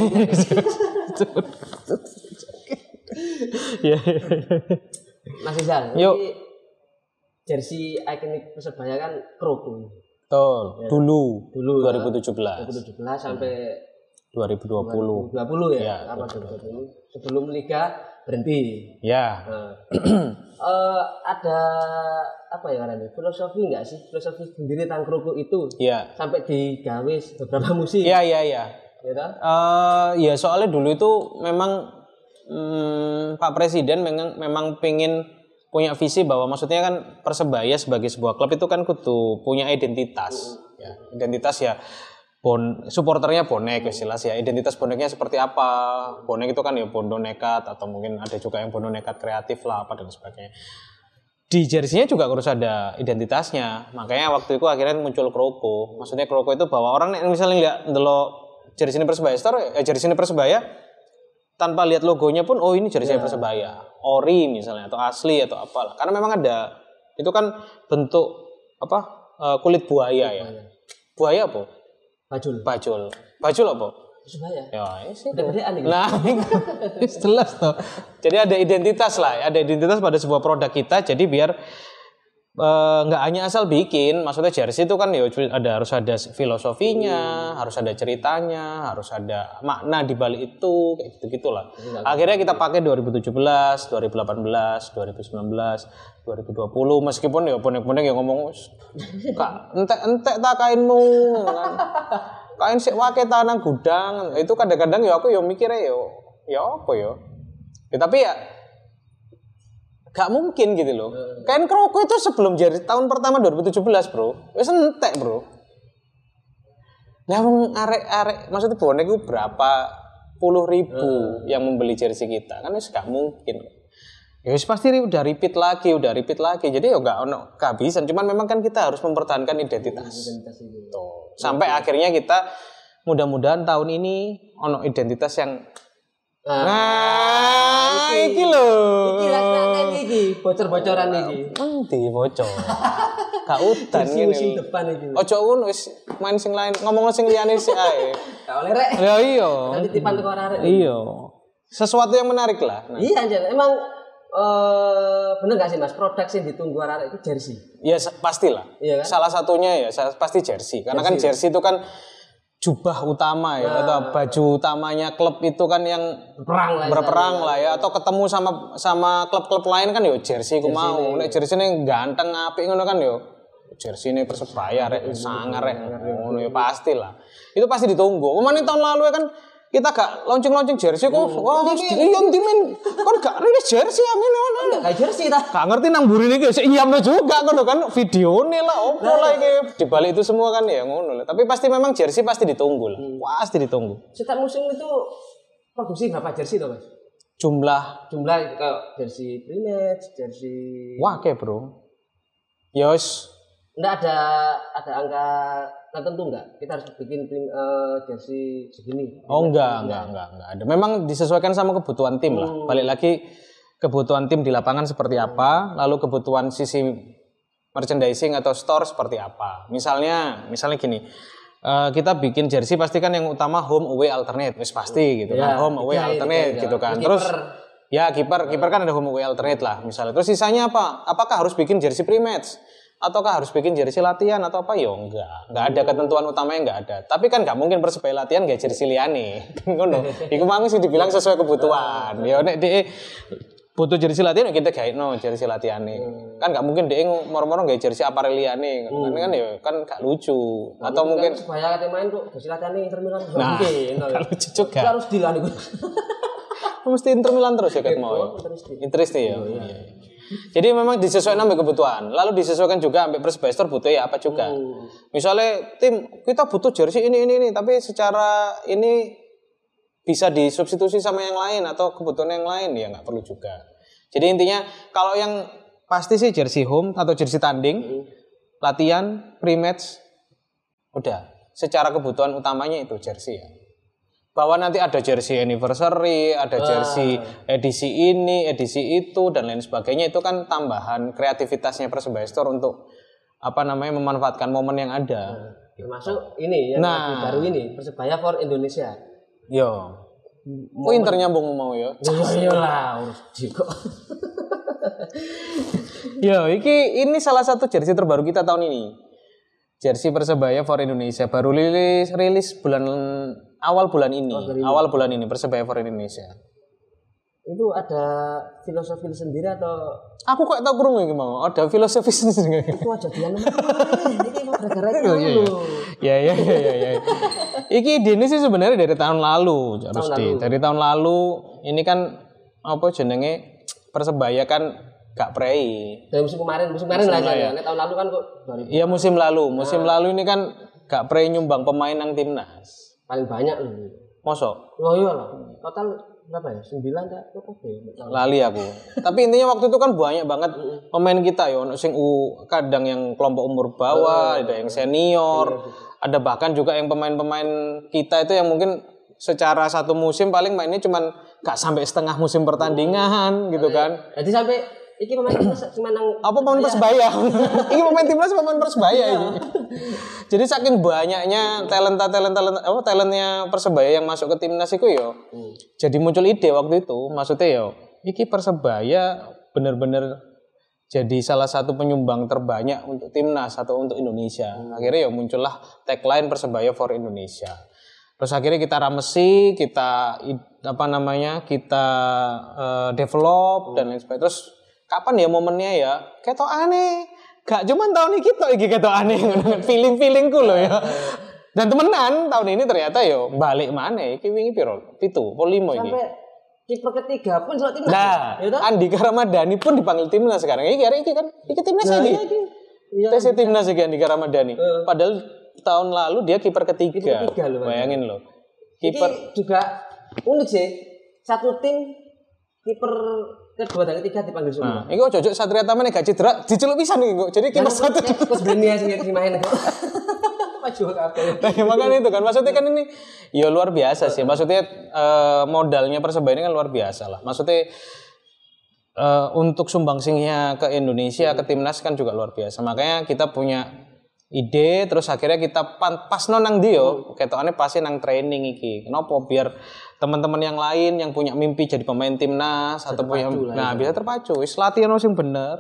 Mas Izal, yuk. Jersey ikonik Persebaya kan Kroko. Betul, ya, dulu, dulu dua ribu tujuh belas. dua ribu tujuh belas sampai dua ribu dua puluh. dua ribu dua puluh ya? Ya apa dua ribu dua puluh? Sebelum Liga berhenti. Ya. Nah, uh, ada apa ya namanya? Filosofi enggak sih? Filosofi sendiri tentang Kroko itu. Ya. Sampai digawe beberapa musim. Iya, iya, iya. Ya kan? Uh, ya soalnya dulu itu memang hmm, Pak Presiden memang memang pengen punya visi bahwa maksudnya kan Persebaya sebagai sebuah klub itu kan kudu punya identitas. Uh. Ya, identitas ya bon supporternya bonek jelas ya. Identitas boneknya seperti apa? Bonek itu kan ya bondo nekat atau mungkin ada juga yang bondo nekat kreatif lah apa dan sebagainya. Di jersey-nya juga harus ada identitasnya. Makanya waktu itu akhirnya muncul Kroko. Maksudnya Kroko itu bahwa orang misalnya lihat ndelok jersey ini Persebaya Store, ya jersey ini Persebaya tanpa lihat logonya pun oh ini jersey yeah. Persebaya, ori misalnya atau asli atau apalah. Karena memang ada itu kan bentuk apa uh, kulit buaya ya. Buaya apa? Bajul. Bajul. Bajul apa? Persebaya. Ya, sih. Beda-bedaan iki. Nah, jelas toh. Jadi ada identitas lah, ada identitas pada sebuah produk kita. Jadi biar nggak uh, hanya asal bikin, maksudnya jersey itu kan ya ada harus ada filosofinya, hmm. harus ada ceritanya, harus ada makna di balik itu, kayak gitu gitulah. Akhirnya kita pakai dua ribu tujuh belas, dua ribu delapan belas, dua ribu sembilan belas, dua ribu dua puluh, meskipun ya bonek-bonek yang ngomong, kak entek-entek tak kainmu, kan? Kain sik wake tanang gudang, itu kadang-kadang ya aku ya mikirnya ya, ya apa ya, ya tapi ya gak mungkin gitu loh. Hmm. Kain kroko itu sebelum jersey tahun pertama dua ribu tujuh belas, Bro. Wis entek, Bro. Lah wong arek-arek maksudnya bonek itu berapa puluh ribu hmm. yang membeli jersey kita. Kan wis gak mungkin. Ya wis pasti udah repeat lagi, udah repeat lagi. Jadi ya gak ono kehabisan. Cuman memang kan kita harus mempertahankan identitas. Identitas itu. Tuh. Sampai hmm. akhirnya kita mudah-mudahan tahun ini ono identitas yang Nah, nah iki, iki lho. Iki laksanakan iki, bocor-bocoran iki. Endi bocor? Gak udan ngene. Musim depan iki. Ojo ngono wis main sing lain, ngomong sing liyane sik ae. Gak oleh rek. Ya iya. Nanti tipan karo arek. Iya. Sesuatu yang menarik lah. Nah. Iya anjir, emang uh, bener gak sih Mas, produk sing ditunggu arek itu jersey? Iya, pastilah. Iya kan? Salah satunya ya pasti jersey. Karena jersey. kan jersey itu kan jubah utama ya, nah, atau baju utamanya klub itu kan yang berperang lah, berperang lah ya, atau ketemu sama sama klub-klub lain kan yo jersey ku mau, nek jersey ini ganteng apik ngono kan yo jersey ini Persebaya rek sangar rek ngono ya pastilah. Itu pasti ditunggu. Kemarin tahun lalu ya kan kita gak launching-launching jersey kok. Wah, iki iya ndimen. Kon gak rilis jersey amin ngono. Gak jersey ta. Gak ngerti nang burine iki iyamno juga ngono kan videone lah opo lah iki. Di balik itu semua kan ya ngono lah. Tapi pasti memang jersey pasti ditunggu lah. Hmm. Pasti ditunggu. Setiap musim itu produksi berapa jersey to, Mas? Jumlah jumlah kayak jersey pre-match, jersey wah kayak bro. Yos. Enggak ada ada angka tertentu enggak? Kita harus bikin tim uh, jersey segini. Oh enggak, enggak, enggak, enggak ada. Memang disesuaikan sama kebutuhan tim lah. Hmm. Balik lagi kebutuhan tim di lapangan seperti apa, lalu kebutuhan sisi merchandising atau store seperti apa. Misalnya, misalnya gini, uh, kita bikin jersey pasti kan yang utama home away alternate, wis pasti gitu kan. Ya, home away ya, alternate ya, gitu kan. Terus ya kiper, kiper kan ada home away alternate lah misalnya. Terus sisanya apa? Apakah harus bikin jersey pre-match? Ataukah harus bikin jersey latihan atau apa? Ya enggak. Enggak ada ketentuan utamanya, enggak ada. Tapi kan enggak mungkin Persebaya latihan enggak jersey liyane. Ngono. Iku mang sih dibilang sesuai kebutuhan. Ya nek dhek butuh jersey latihan kita gaekno jersey latihane. Hmm. Kan enggak mungkin dhek moro-moro enggak jersey aparel liyane. Hmm. Kan kan ya kan enggak lucu. Nah, atau mungkin Persebaya latihan main kok jersey latihane Inter Milan. Nah, enggak lucu juga. Harus dilan iku. Mesti Inter Milan terus ya kat mau. Interest ya. Iya. Jadi memang disesuaikan sampai kebutuhan. Lalu disesuaikan juga sampai Persebaya Store butuh ya apa juga. Hmm. Misalnya tim kita butuh jersey ini ini ini, tapi secara ini bisa disubstitusi sama yang lain atau kebutuhan yang lain ya nggak perlu juga. Jadi intinya kalau yang pasti sih jersey home atau jersey tanding, hmm. latihan, pre-match, udah. Secara kebutuhan utamanya itu jersey ya. Bahwa nanti ada jersey anniversary, ada jersey edisi ini, edisi itu dan lain sebagainya, itu kan tambahan kreativitasnya Persebaya Store untuk apa namanya memanfaatkan momen yang ada. Termasuk ini yang nah, baru ini Persebaya for Indonesia. Yo. Oh, Inter nyambung mau ya. Yo lah, urus kok. Yo, iki ini salah satu jersey terbaru kita tahun ini. Jersey Persebaya for Indonesia baru rilis rilis bulan awal bulan ini, oh, awal bulan ini Persebaya for Indonesia. Itu ada filosofi sendiri atau? Aku kok tahu kurung iki mau. Ada filosofi sendiri. Itu aja dia namanya. Ini mau gara-gara itu. Ya ya ya ya ya. Iki ini sih sebenarnya dari tahun lalu, harus di. Dari tahun lalu ini kan apa jenenge Persebaya kan gak prei. Dari musim kemarin, musim kemarin lah ya. Tahun lalu kan kok. Iya musim lalu, musim nah. lalu ini kan gak prei nyumbang pemain nang timnas. Paling banyak loh. Mosok? Oh iya lah. Total berapa ya? sembilan tak? Lali aku. Tapi intinya waktu itu kan banyak banget pemain kita ya. Sing u kadang yang kelompok umur bawah, oh, ada yang senior, iya, iya. Ada bahkan juga yang pemain-pemain kita itu yang mungkin secara satu musim paling mainnya cuman gak sampai setengah musim pertandingan gitu kan. Jadi sampai iki pemain timnas cuma nang apa pemain Persebaya? Ini pemain timnas pemain Persebaya ini. Jadi saking banyaknya talenta talenta apa talentnya Persebaya yang masuk ke timnas itu yo. Hmm. Jadi muncul ide waktu itu, maksudnya yo, iki Persebaya bener-bener jadi salah satu penyumbang terbanyak untuk timnas atau untuk Indonesia. Hmm. Akhirnya yo muncullah tagline Persebaya for Indonesia. Terus akhirnya kita ramesi, kita apa namanya, kita uh, develop hmm. dan lain sebagainya. Terus kapan ya momennya ya? Ketok aneh. Gak cuman tahun ini kita iki ketok aneh. Feeling-feelingku loh ya. Dan temenan tahun ini ternyata yo balik mana iki wingi piro? Pitu, pol limo iki. Sampai kiper ketiga pun selok timnas. Nah, ya, Andika Ramadhani pun dipanggil timnas sekarang. Iki hari iki kan iki timnas nah, iki. Iya. Tes timnas iki Andika Ramadhani. Uh. Padahal tahun lalu dia kiper ketiga. Kiper ketiga loh. Bayangin loh. Kiper juga unik sih. Satu tim kiper kedua dan ketiga dipanggil semua. Nah, iku cocok Satria Taman gak cedera, diceluk pisan iku. Jadi kiper satu terus dunia sing dimain kok. Maju kabeh. Nah, makanya itu kan maksudnya kan ini ya luar biasa sih. Maksudnya uh, modalnya Persebaya ini kan luar biasa lah. Maksudnya uh, untuk sumbangsihnya ke Indonesia, ke timnas kan juga luar biasa. Makanya kita punya ide terus akhirnya kita pas nang dio ketokane pasti nang training iki. Kenapa? Biar teman-teman yang lain yang punya mimpi jadi pemain timnas bisa atau punya nah ya. Bisa terpacu. Wis latihan sing bener.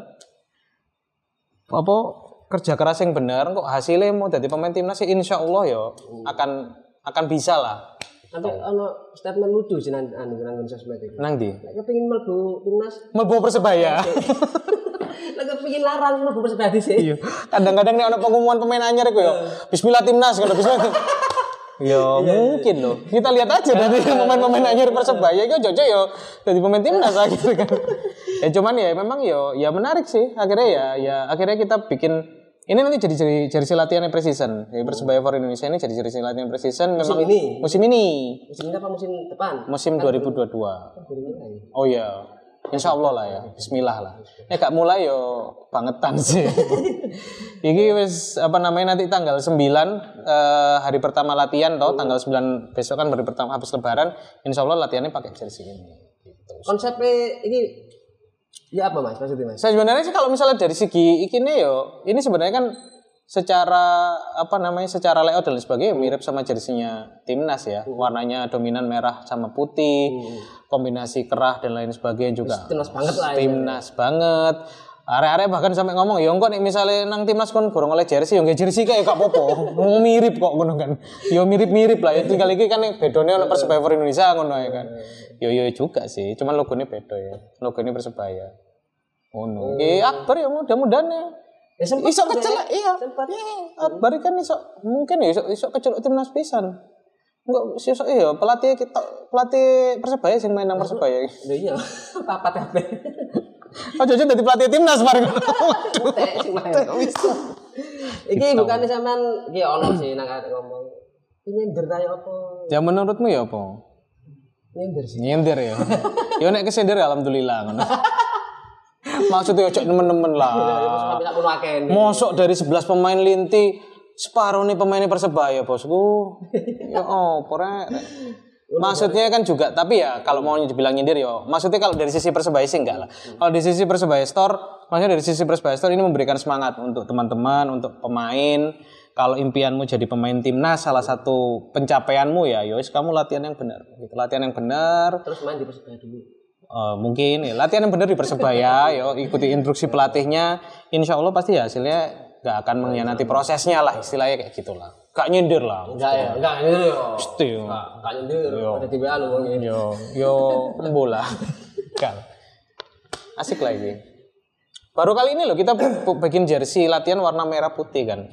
Apa kerja keras yang bener kok hasilnya mau jadi pemain timnas sih insyaallah ya hmm. akan akan bisa lah. Nanti ono statement lucu sih nang anu nang sosmed iki. Nang ndi? Nek kepengin mlebu timnas, mlebu Persebaya. Lagi pengin larang mlebu Persebaya sih. Iya. Kadang-kadang nek ono pengumuman pemain anyar iku ya, bismillah timnas ngono bismillah. Ya mungkin loh. Kita lihat aja dari pemain-pemain anyar Persebaya itu cocok ya jadi pemain timnas akhirnya kan. Ya cuman ya memang ya ya menarik sih. Akhirnya ya ya akhirnya kita bikin ini nanti jadi jadi jersey latihan pre-season. Ya, Persebaya for Indonesia ini jadi jersey latihan pre-season memang musim ini. Musim ini. Musim ini apa musim depan? Musim dua ribu dua puluh dua. Oh iya. Insya Allah lah ya, Bismillah lah. Eh gak mulai yo bangetan sih. Iki wis apa namanya nanti tanggal sembilan eh, hari pertama latihan toh, tanggal sembilan besok kan hari pertama habis lebaran, insya Allah latihannya pakai jersey ini. Gitu. Konsepnya ini ya apa mas maksudnya mas? Saya sebenarnya sih kalau misalnya dari segi ikine yo, ini sebenarnya kan secara apa namanya secara layout dan sebagainya mirip sama jersinya timnas ya, warnanya dominan merah sama putih, hmm. kombinasi kerah dan lain sebagainya juga timnas banget lah timnas ya. Banget are-are bahkan sampai ngomong ya kok nih misalnya nang timnas kon gorong oleh jersey yo nggih jersey kayak gak popo mirip kok ngono kan yo mirip-mirip lah ya tinggal iki kan bedone ono Persebaya for Indonesia ngono ya kan yo yo juga sih cuman logonya beda ya logonya Persebaya ngono iki Akbar ya mudah-mudahan ya Ya, sempat iso kecil ya, iya. Sempat. Iya, Akbar kan iso mungkin ya iso iso kecil timnas pisan. Enggak iso iya pelatih kita pelatih Persebaya sing main nang Persebaya. Lho iya, papat kabeh. Oh, jadi dadi pelatih timnas bareng. Waduh. Sing main. Iki bukan sampean iki ono sih nang arek ngomong. Ini nyender ta apa? Ya menurutmu ya apa? Nyender sih. Nyender ya. Ya nek kesender alhamdulillah ngono. Maksudnya cok temen-temen lah. Mosok dari sebelas pemain linti separuh nih pemainnya Persebaya bosku. Ya oh, pore. Maksudnya kan juga, tapi ya kalau mau dibilang nyindir ya, maksudnya kalau dari sisi Persebaya sih enggak lah. Kalau dari sisi Persebaya Store, maksudnya dari sisi Persebaya Store ini memberikan semangat untuk teman-teman, untuk pemain. Kalau impianmu jadi pemain timnas, salah satu pencapaianmu ya, yos kamu latihan yang benar. Gitu, latihan yang benar. Terus main di Persebaya dulu. Uh, mungkin ya, latihan yang benar di Persebaya, yo ikuti instruksi pelatihnya, insya Allah pasti hasilnya gak akan mengkhianati prosesnya lah, istilahnya kayak gitulah. Gak nyindir lah. Enggak ya, enggak nyindir yo. Pasti yo. Enggak nyindir. Ada tiba lu ngomongin. Yo, yo bola. Kan. Asik lagi. Baru kali ini loh kita bikin jersey latihan warna merah putih kan.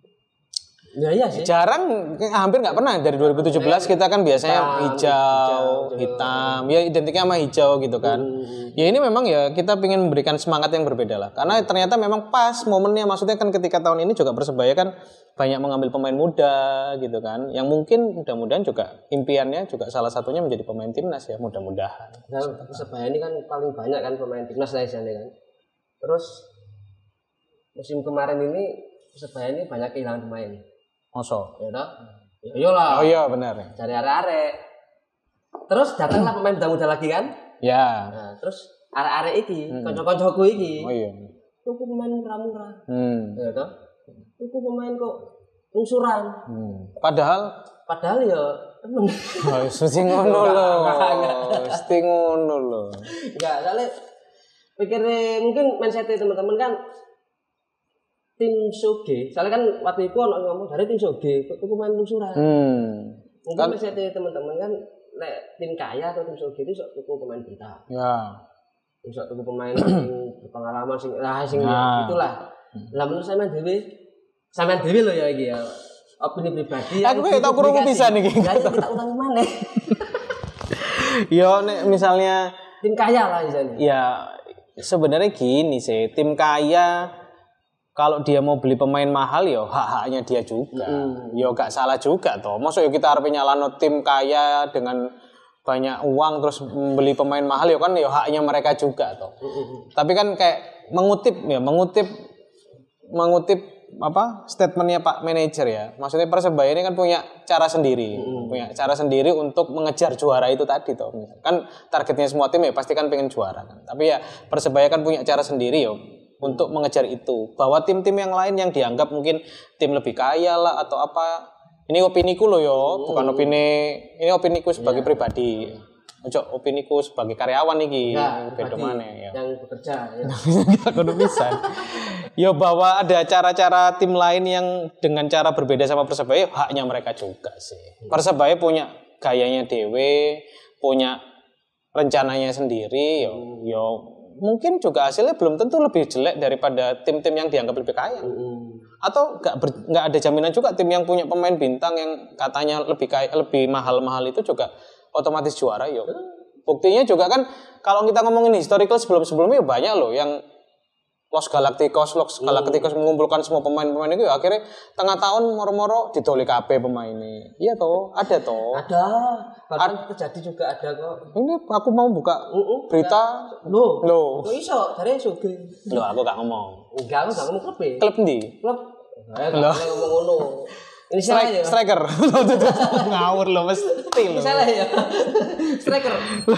Ya iya sih. Jarang, hampir nggak pernah dari dua ribu tujuh belas kita kan biasanya hitam, hijau, hijau, hitam, ya identiknya sama hijau gitu kan. Hmm. Ya ini memang ya kita ingin memberikan semangat yang berbeda lah. Karena ternyata memang pas momennya, maksudnya kan ketika tahun ini juga Persebaya kan banyak mengambil pemain muda gitu kan. Yang mungkin mudah-mudahan juga impiannya juga salah satunya menjadi pemain timnas ya mudah-mudahan. Nah, Persebaya ini kan paling banyak kan pemain timnas lah istilahnya kan. Terus musim kemarin ini Persebaya ini banyak kehilangan pemain. Mosok. Ya toh? Ya iyalah. Oh iya benar. Cari arek-arek. Terus datanglah pemain muda-muda lagi kan? Ya. Nah, terus arek-arek iki, Hmm. kanca-kancaku iki. Oh iya. Tuku pemain murah-murah. Hmm. Ya toh? Tuku pemain kok lungsuran. Hmm. Padahal Padahal ya temen. oh, mesti ngono lho. Mesti ngono lho. Enggak, soalnya pikirnya mungkin mindset teman-teman kan tim Soge. Soalnya kan waktu itu ono ngomong dari tim Soge, kok tuku pemain lungsuran. Hmm. Mungkin Kan- mindset teman-teman kan lek tim kaya atau tim Soge itu sok tuku pemain kita. Ya. Sok tuku pemain sing berpengalaman sing lah sing Nah. ya, itulah. Lah menurut sampean dhewe sampean dhewe lho ya iki ya. Opini pribadi. Aku kayak tau krungu pisan iki. Ya itu kita utangi maneh. Yo nek misalnya Tim kaya lah misalnya. ya sebenarnya gini sih, tim kaya kalau dia mau beli pemain mahal ya hak-haknya dia juga. Mm. Ya gak salah juga toh. Maksudnya kita harus nyalano tim kaya dengan banyak uang terus beli pemain mahal ya kan ya haknya mereka juga toh. Mm-mm. Tapi kan kayak mengutip ya, mengutip mengutip apa statementnya Pak Manajer ya. Maksudnya Persebaya ini kan punya cara sendiri, Mm. punya cara sendiri untuk mengejar juara itu tadi toh. Kan targetnya semua tim ya pasti kan pengen juara kan. Tapi ya Persebaya kan punya cara sendiri yo untuk mengejar itu. Bahwa tim-tim yang lain yang dianggap mungkin tim lebih kaya lah atau apa. Ini opiniku loh yo, bukan opini ini opiniku sebagai pribadi. Ojo opiniku sebagai karyawan iki. Enggak, Beda pribadi maneh ya. yang bekerja ya. Kudu pisan. Ya bahwa ada cara-cara tim lain yang dengan cara berbeda sama Persebaya, haknya mereka juga sih. Persebaya punya gayanya dewe, punya rencananya sendiri, yo, yo mungkin juga hasilnya belum tentu lebih jelek daripada tim-tim yang dianggap lebih kaya. Mm. Atau nggak ber- nggak ada jaminan juga tim yang punya pemain bintang yang katanya lebih kaya, lebih mahal-mahal itu juga otomatis juara yo. Buktinya juga kan kalau kita ngomongin historical sebelum-sebelumnya banyak loh yang Los Galacticos, Los Galacticos mengumpulkan semua pemain-pemain itu ya, akhirnya tengah tahun moro-moro didoli kabeh pemainnya. Iya toh, ada toh. Ada, bahkan terjadi juga ada kok. Ini aku mau buka Uh-uh, berita. Loh, Loh, kok iso dari Soge? loh aku gak ngomong. Enggak, aku enggak ngomong klub ya. Klub ndi? Klub. Eh, enggak boleh ngomong ngono. Ini salah ya. Strike, striker. Ngawur loh mesti loh. Ini salah ya. Striker.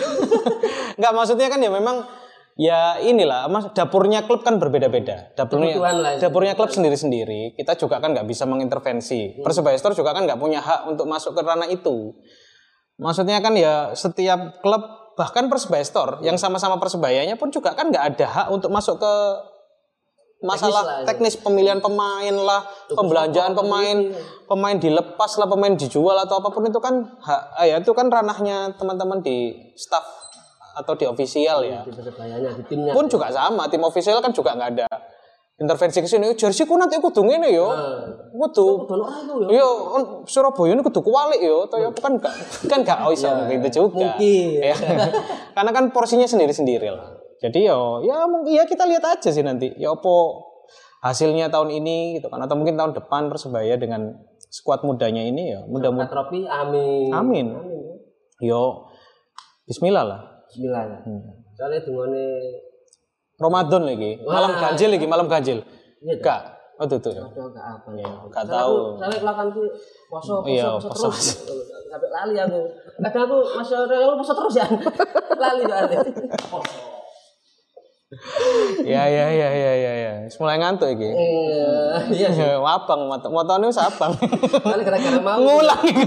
Enggak, maksudnya kan ya memang ya inilah, mas dapurnya klub kan berbeda-beda. Dapurnya Kebutuhan lah, dapurnya klub sendiri-sendiri. Kita juga kan nggak bisa mengintervensi. Persebaya Store juga kan nggak punya hak untuk masuk ke ranah itu. Maksudnya kan ya setiap klub bahkan Persebaya Store yang sama-sama Persebayanya pun juga kan nggak ada hak untuk masuk ke masalah teknis, Teknis lah, pemilihan pemain lah, pembelanjaan pemain, pemain dilepas lah, pemain dijual atau apapun itu kan hak, ah ya itu kan ranahnya teman-teman di staff atau di official ya. Di Persebayanya, di timnya. Pun juga sama, tim official kan juga nggak ada intervensi ke sini. Jersey ku nanti kudu ngene yo. Kudu. Kudu ora iku ya. Yo Surabaya ini kudu kuwalik yo. Toh yo kan gak kan gak iso gitu juga. Mungkin. Ya. Karena kan porsinya sendiri-sendiri lah. Jadi yo ya mungkin ya kita lihat aja sih nanti. Ya opo hasilnya tahun ini gitu kan atau mungkin tahun depan Persebaya dengan skuad mudanya ini ya mudah-mudahan trofi amin. Amin. Amin. Yo bismillah lah. Bismillah. Hmm. Soalnya dungane Ramadan lagi, malam Wah. ganjil lagi, malam ganjil. Iya, Gak, oh tuh tuh. Aduh, enggak apa ya. Gak Soalnya tahu. aku- Soalnya kelakuan ku poso poso Iya, poso poso, terus. Sampai lali aku. Kadang aku masih orang poso terus ya. Lali soalnya. Ya ya ya ya ya ya. Mulai ngantuk iki. Iya, iya sih. Ya, abang, mot motone wis abang. Soalnya gara-gara mau. Ngulang iki.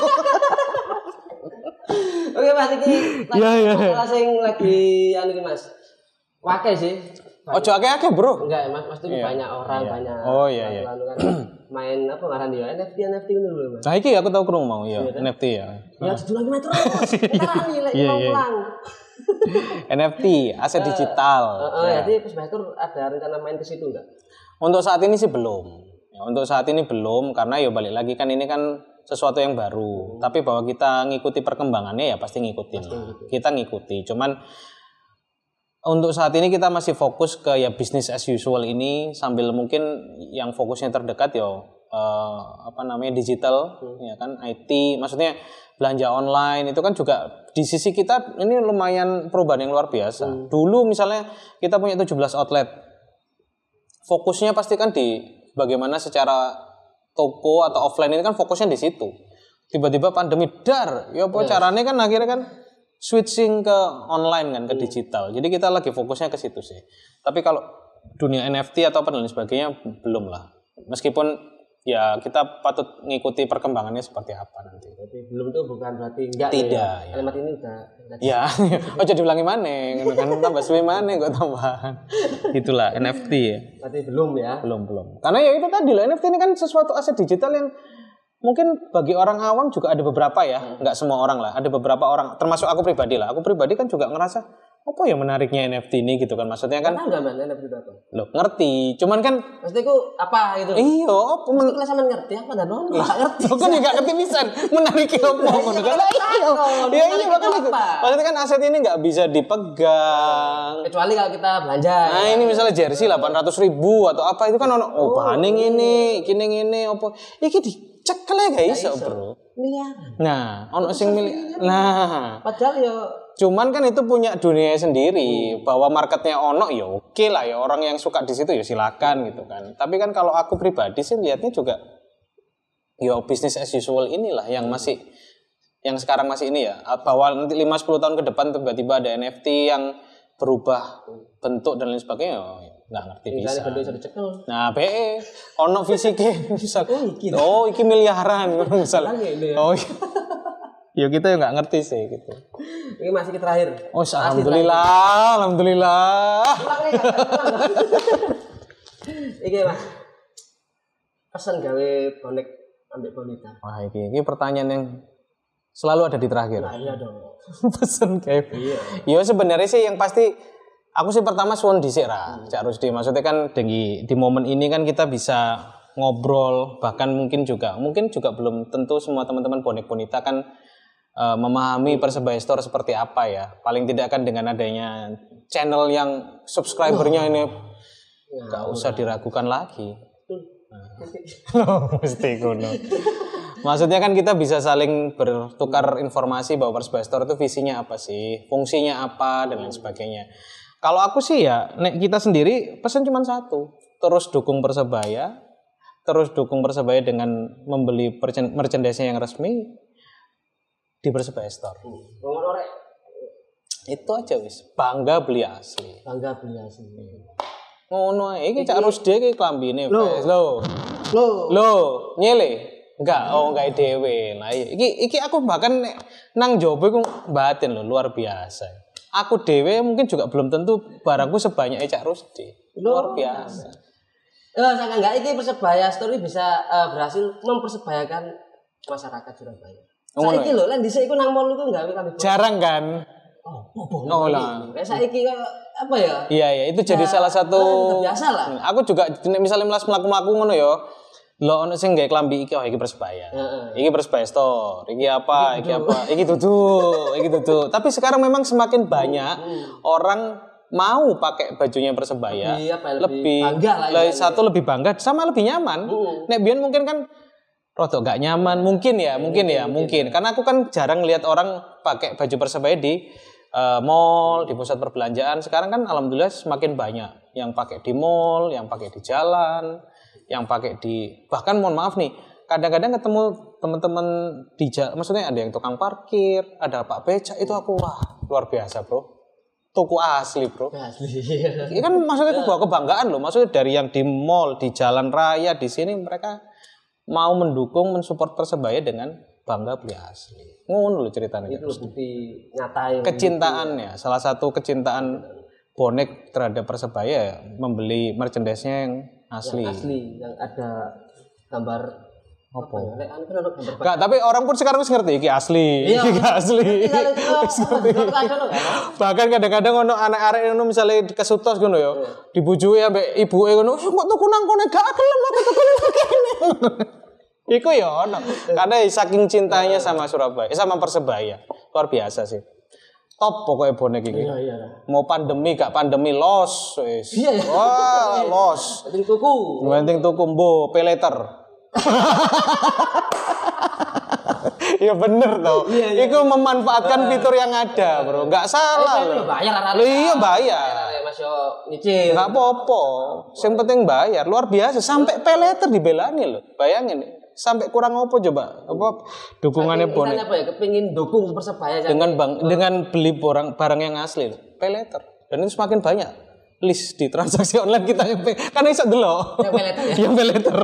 Oke Mas iki Iya, iya. masalah sing lagi anu iki Mas. Wake sih. Ojo akeh-akeh, Bro. Enggak, Mas, pasti Iya. banyak orang, Iya. banyak. Oh, iya, iya. anu kan main apa ngaran dia? N F T N F T itu lho, Mas. Nah iki aku tahu krungu mau ya, N F T ya. Ya judul lagi metro. Kita lali lek Iya, mau iya. pulang. N F T, aset digital. Heeh, Ya. jadi Persebaya Tour ada rencana main ke situ enggak? Untuk saat ini sih belum. Ya, untuk saat ini belum karena ya balik lagi kan ini kan sesuatu yang baru. Tapi bahwa kita ngikuti perkembangannya ya pasti ngikutin. lah. Kita ngikuti. Cuman untuk saat ini kita masih fokus ke ya bisnis as usual ini sambil mungkin yang fokusnya terdekat ya eh, apa namanya digital ya kan I T maksudnya belanja online itu kan juga di sisi kita ini lumayan perubahan yang luar biasa. Dulu misalnya kita punya tujuh belas outlet. Fokusnya pasti kan di bagaimana secara toko atau offline ini kan fokusnya di situ. Tiba-tiba pandemi dar, ya apa caranya kan akhirnya kan switching ke online kan, ke digital. Jadi kita lagi fokusnya ke situ sih. Tapi kalau dunia N F T atau apa dan lain sebagainya belum lah. Meskipun ya kita patut ngikuti perkembangannya seperti apa nanti. Tapi belum itu bukan berarti enggak. Tidak. Ya. Kalimat ini udah. Ya, oh jadi ulangi mana? Kan tambah suwe mana gue tambahan. Itulah N F T ya. Berarti belum ya? Belum belum. Karena ya itu tadi lah, N F T ini kan sesuatu aset digital yang mungkin bagi orang awam juga ada beberapa ya, hmm. nggak semua orang lah, ada beberapa orang, termasuk aku pribadi lah. Aku pribadi kan juga ngerasa apa ya menariknya N F T ini gitu kan, maksudnya kan. Nggak man N F T itu apa? Loh ngerti, cuman kan. Maksudnya aku apa gitu? Iya, apa? Men... Maksudnya sama ngerti apa dan non? Nggak ngerti. Aku juga ngerti pisan, menariknya apa? Iya, iya iya makanya itu. Maksudnya kan aset ini nggak bisa dipegang. Kecuali kalau kita belanja. Nah ya. Ini misalnya jersey delapan ratus ribu atau apa itu kan ono, oh, oh baning ini, kini ini, apa? Iki di cekel ya guys, bro. Miliaran. Nah, ono sing miliaran. Nah, padahal ya cuman kan itu punya dunia sendiri, hmm. bahwa marketnya ono ya oke okay lah ya, orang yang suka di situ ya silakan gitu kan. Tapi kan kalau aku pribadi sih lihatnya juga ya bisnis as usual inilah yang masih yang sekarang masih ini ya, bahwa nanti lima sepuluh tahun ke depan tiba-tiba ada N F T yang berubah bentuk dan lain sebagainya ya. Nggak ngerti bisa. Nah, B E ono fisiknya misal. Oh, iki. Oh, iki miliaran misal. Oh. Ya kita nggak ngerti sih gitu. Ini masih kita terakhir. Oh, alhamdulillah, alhamdulillah. Iki Mas. Pesan gawe bonek ambek bonita. Wah, iki iki pertanyaan yang selalu ada di terakhir. Nah, iya dong. Pesan gawe. Iya. Ya sebenarnya sih yang pasti aku sih pertama suwun dhisik ra, hmm. Cak Rusdi. Maksudnya kan di, di momen ini kan kita bisa ngobrol, bahkan mungkin juga mungkin juga belum tentu semua teman-teman bonek bonita kan uh, memahami Persebaya Store seperti apa ya. Paling tidak kan dengan adanya channel yang subscribernya ini nggak usah diragukan lagi. Nah. Mesti kuno. Maksudnya kan kita bisa saling bertukar informasi bahwa Persebaya Store itu visinya apa sih, fungsinya apa dan lain sebagainya. Kalau aku sih ya, nek kita sendiri pesan cuma satu, terus dukung Persebaya, terus dukung Persebaya dengan membeli merchandise-nya yang resmi di Persebaya Store. Hmm. Itu aja wis, bangga beli asli. Bangga beli asli. Ngono ae, iki Cak Rusdi iki klambine wis lho. Lho. Lho, nyele. Enggak, oh enggak dhewe. Lah iki iki aku bahkan nang jowo iku batin lho, luar biasa. Aku dewe mungkin juga belum tentu barangku sebanyak Cak Rusdi. Luar biasa. Eh, saya enggak iki Persebaya Story bisa uh, berhasil mempersebayakan masyarakat Surabaya. Oh, saiki lho, lan dhisik iku nang mall iku gawe kabeh. Jarang kan? Oh, bobo. Oh lah. Kayak saiki apa ya? Iya, iya, itu jadi ya, salah satu biasa lah. Aku juga misalnya melas mlaku-mlaku ngono ya. Lo ono sing gawe klambi iki oh iki Persebaya. Uh-uh. Iki Persebaya Store, iki apa, iki apa, iki dudu, iki dudu. Tapi sekarang memang semakin banyak uh-huh. orang mau pakai bajunya Persebaya. Lebih, apa, lebih, lebih bangga lah. Ya, satu lebih bangga sama lebih nyaman. Uh-huh. Nek biyen mungkin kan rodok gak nyaman, mungkin ya, mungkin ya, mungkin. Karena aku kan jarang lihat orang pakai baju Persebaya di uh, mall, di pusat perbelanjaan. Sekarang kan alhamdulillah semakin banyak yang pakai di mall, yang pakai di jalan, yang pakai di, bahkan mohon maaf nih, kadang-kadang ketemu teman-teman di jalan, maksudnya ada yang tukang parkir, ada Pak Becak, itu aku wah luar biasa bro, tuku asli bro. Asli. Ini kan maksudnya itu bawa kebanggaan loh, maksudnya dari yang di mall, di jalan raya, di sini mereka mau mendukung, mensupport Persebaya dengan bangga beli asli. Ngono loh ceritanya. Itu bukti nyata. Kecintaannya, salah satu kecintaan bonek terhadap Persebaya membeli merchandise-nya yang asli. Yang asli yang ada gambar apa? Ya? Kan ada gambar. Enggak, tapi orang pun sekarang wis ngerti iki asli. Iya, iki asli. Bahkan kadang-kadang ono anak arek ngono misale kesutos ngono ya. Dibujuki ambek ibuke ngono, kok tuku nang kene gak gelem apa tuku nang kene. Iku ya ono. Karena saking cintanya sama Surabaya, sama Persebaya. Luar biasa sih. Top pokoknya bonek iki. Iya, iya. Mau pandemi gak pandemi los wis. Iya, iya. Wah, los. Penting tuku. Penting tuku mbo pay later. Ya bener toh. Iya, iya. Iku memanfaatkan fitur yang ada, Bro. Enggak salah loh. Bayar. Iya, bayar. Mas yo nyicil. Enggak apa-apa. Sing penting bayar. Luar biasa sampai pay later dibelani loh. Bayangin. sampai kurang apa coba? Apa dukungannya bonek? Apa ya? Kepingin dukung Persebaya dengan bang oh. dengan beli barang barang yang asli, pay later. Dan itu semakin banyak list di transaksi online kita yang pay, karena iso delok. Yang pay later. Ya? Yang pay later.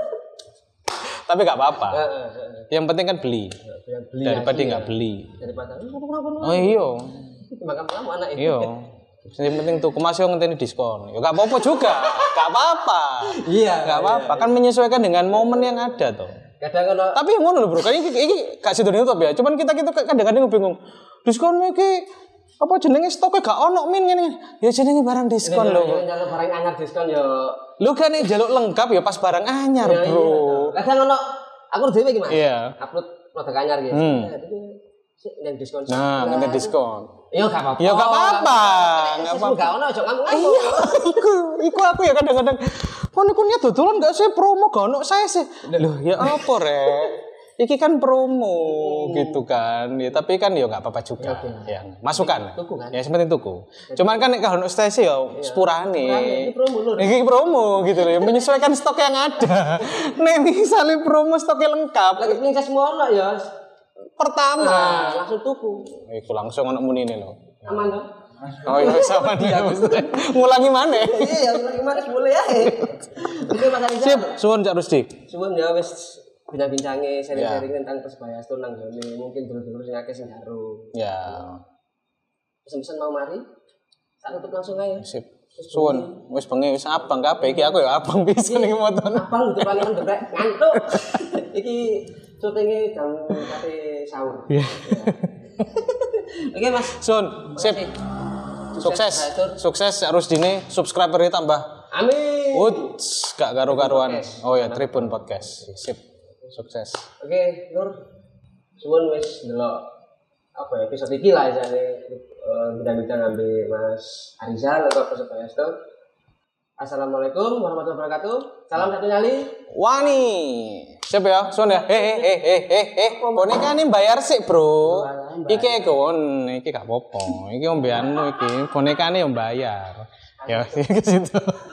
Tapi nggak apa-apa. Yang penting kan beli. beli daripada nggak ya. beli. Daripada oh iya. Makan lama anak itu. Iya. Yang penting tuh masih ngenteni diskon. Ya nggak apa-apa juga. Nggak apa-apa. Iya. Nggak apa-apa. Kan menyesuaikan dengan momen yang ada tuh. Kadang kalau tapi yang ngono lho bro. Ini ini gak sido nutup ya. Cuman kita kita kadang-kadang bingung. Diskon iki apa jenenge stoknya gak ono min ngene. Ya jenenge barang diskon lho. Ya njaluk barang anyar diskon ya. Lu kan nih jaluk lengkap ya pas barang anyar, ya, bro. Iya. Kadang ono aku dhewe iki, Mas. Iya. Upload produk anyar gitu. Hmm. Yang diskon. Nah, ngene diskon. Ya gak apa-apa. Ya gak apa-apa. Enggak apa-apa. Gak ono aja ngamuk. Iya, iku iku aku ya kadang-kadang kon niku niat dodolan gak sih promo gak ono saya sih. Loh, ya apa rek? Iki kan promo hmm. gitu kan. Ya tapi kan ya enggak apa-apa juga. Okay. Ya, masukan. Tuku kan? Ya seperti tuku. Cuman kan nek kalau ono stasi ya sepurane. Ini promo lho. Iki promo gitu loh, menyesuaikan stok yang ada. Nek misalnya promo stoknya lengkap, lagi ning semua ono ya. Pertama nah, langsung tuku. Iku langsung ono munine lho. Aman toh? Oh iya sama dia. Ngulangi mana? Iya, ngulangi mana boleh ya. Oke Mas Rizal. Sip, suwun Cak Rusdi. Suwun ya wis bincang-bincange sharing-sharing yeah. tentang Persebaya Store nang ngene. Mungkin dulur-dulur sing akeh sing karo. Ya. Pesen-pesen mau mari. Tak tutup langsung ae. Sip. Suwun, wis bengi wis abang kabeh iki aku ya abang pisan iki motor. Abang udah paling geprek ngantuk. Iki syutinge jam kate sahur. Iya. Oke Mas. Sun, sip. Sukses. Sukses harus dini subscriber-nya tambah. Amin. Uts, gak karu-karuan. Oh ya, Tribun Podcast. Sip. Sukses. Oke, Nur. Suwun wis ndelok apa ya episode iki lah jane bidang-bidang ngambil Mas Arizal atau Persebaya Store. Assalamualaikum warahmatullahi wabarakatuh. Salam satu nyali. Wani. Siap ya, Sun ya. Eh eh eh eh eh eh. Boneka ini bayar sih, Bro. Iki kon, iki gak apa-apa. Iki ombeanmu iki. Boneka ini yang bayar. Ya, ke situ.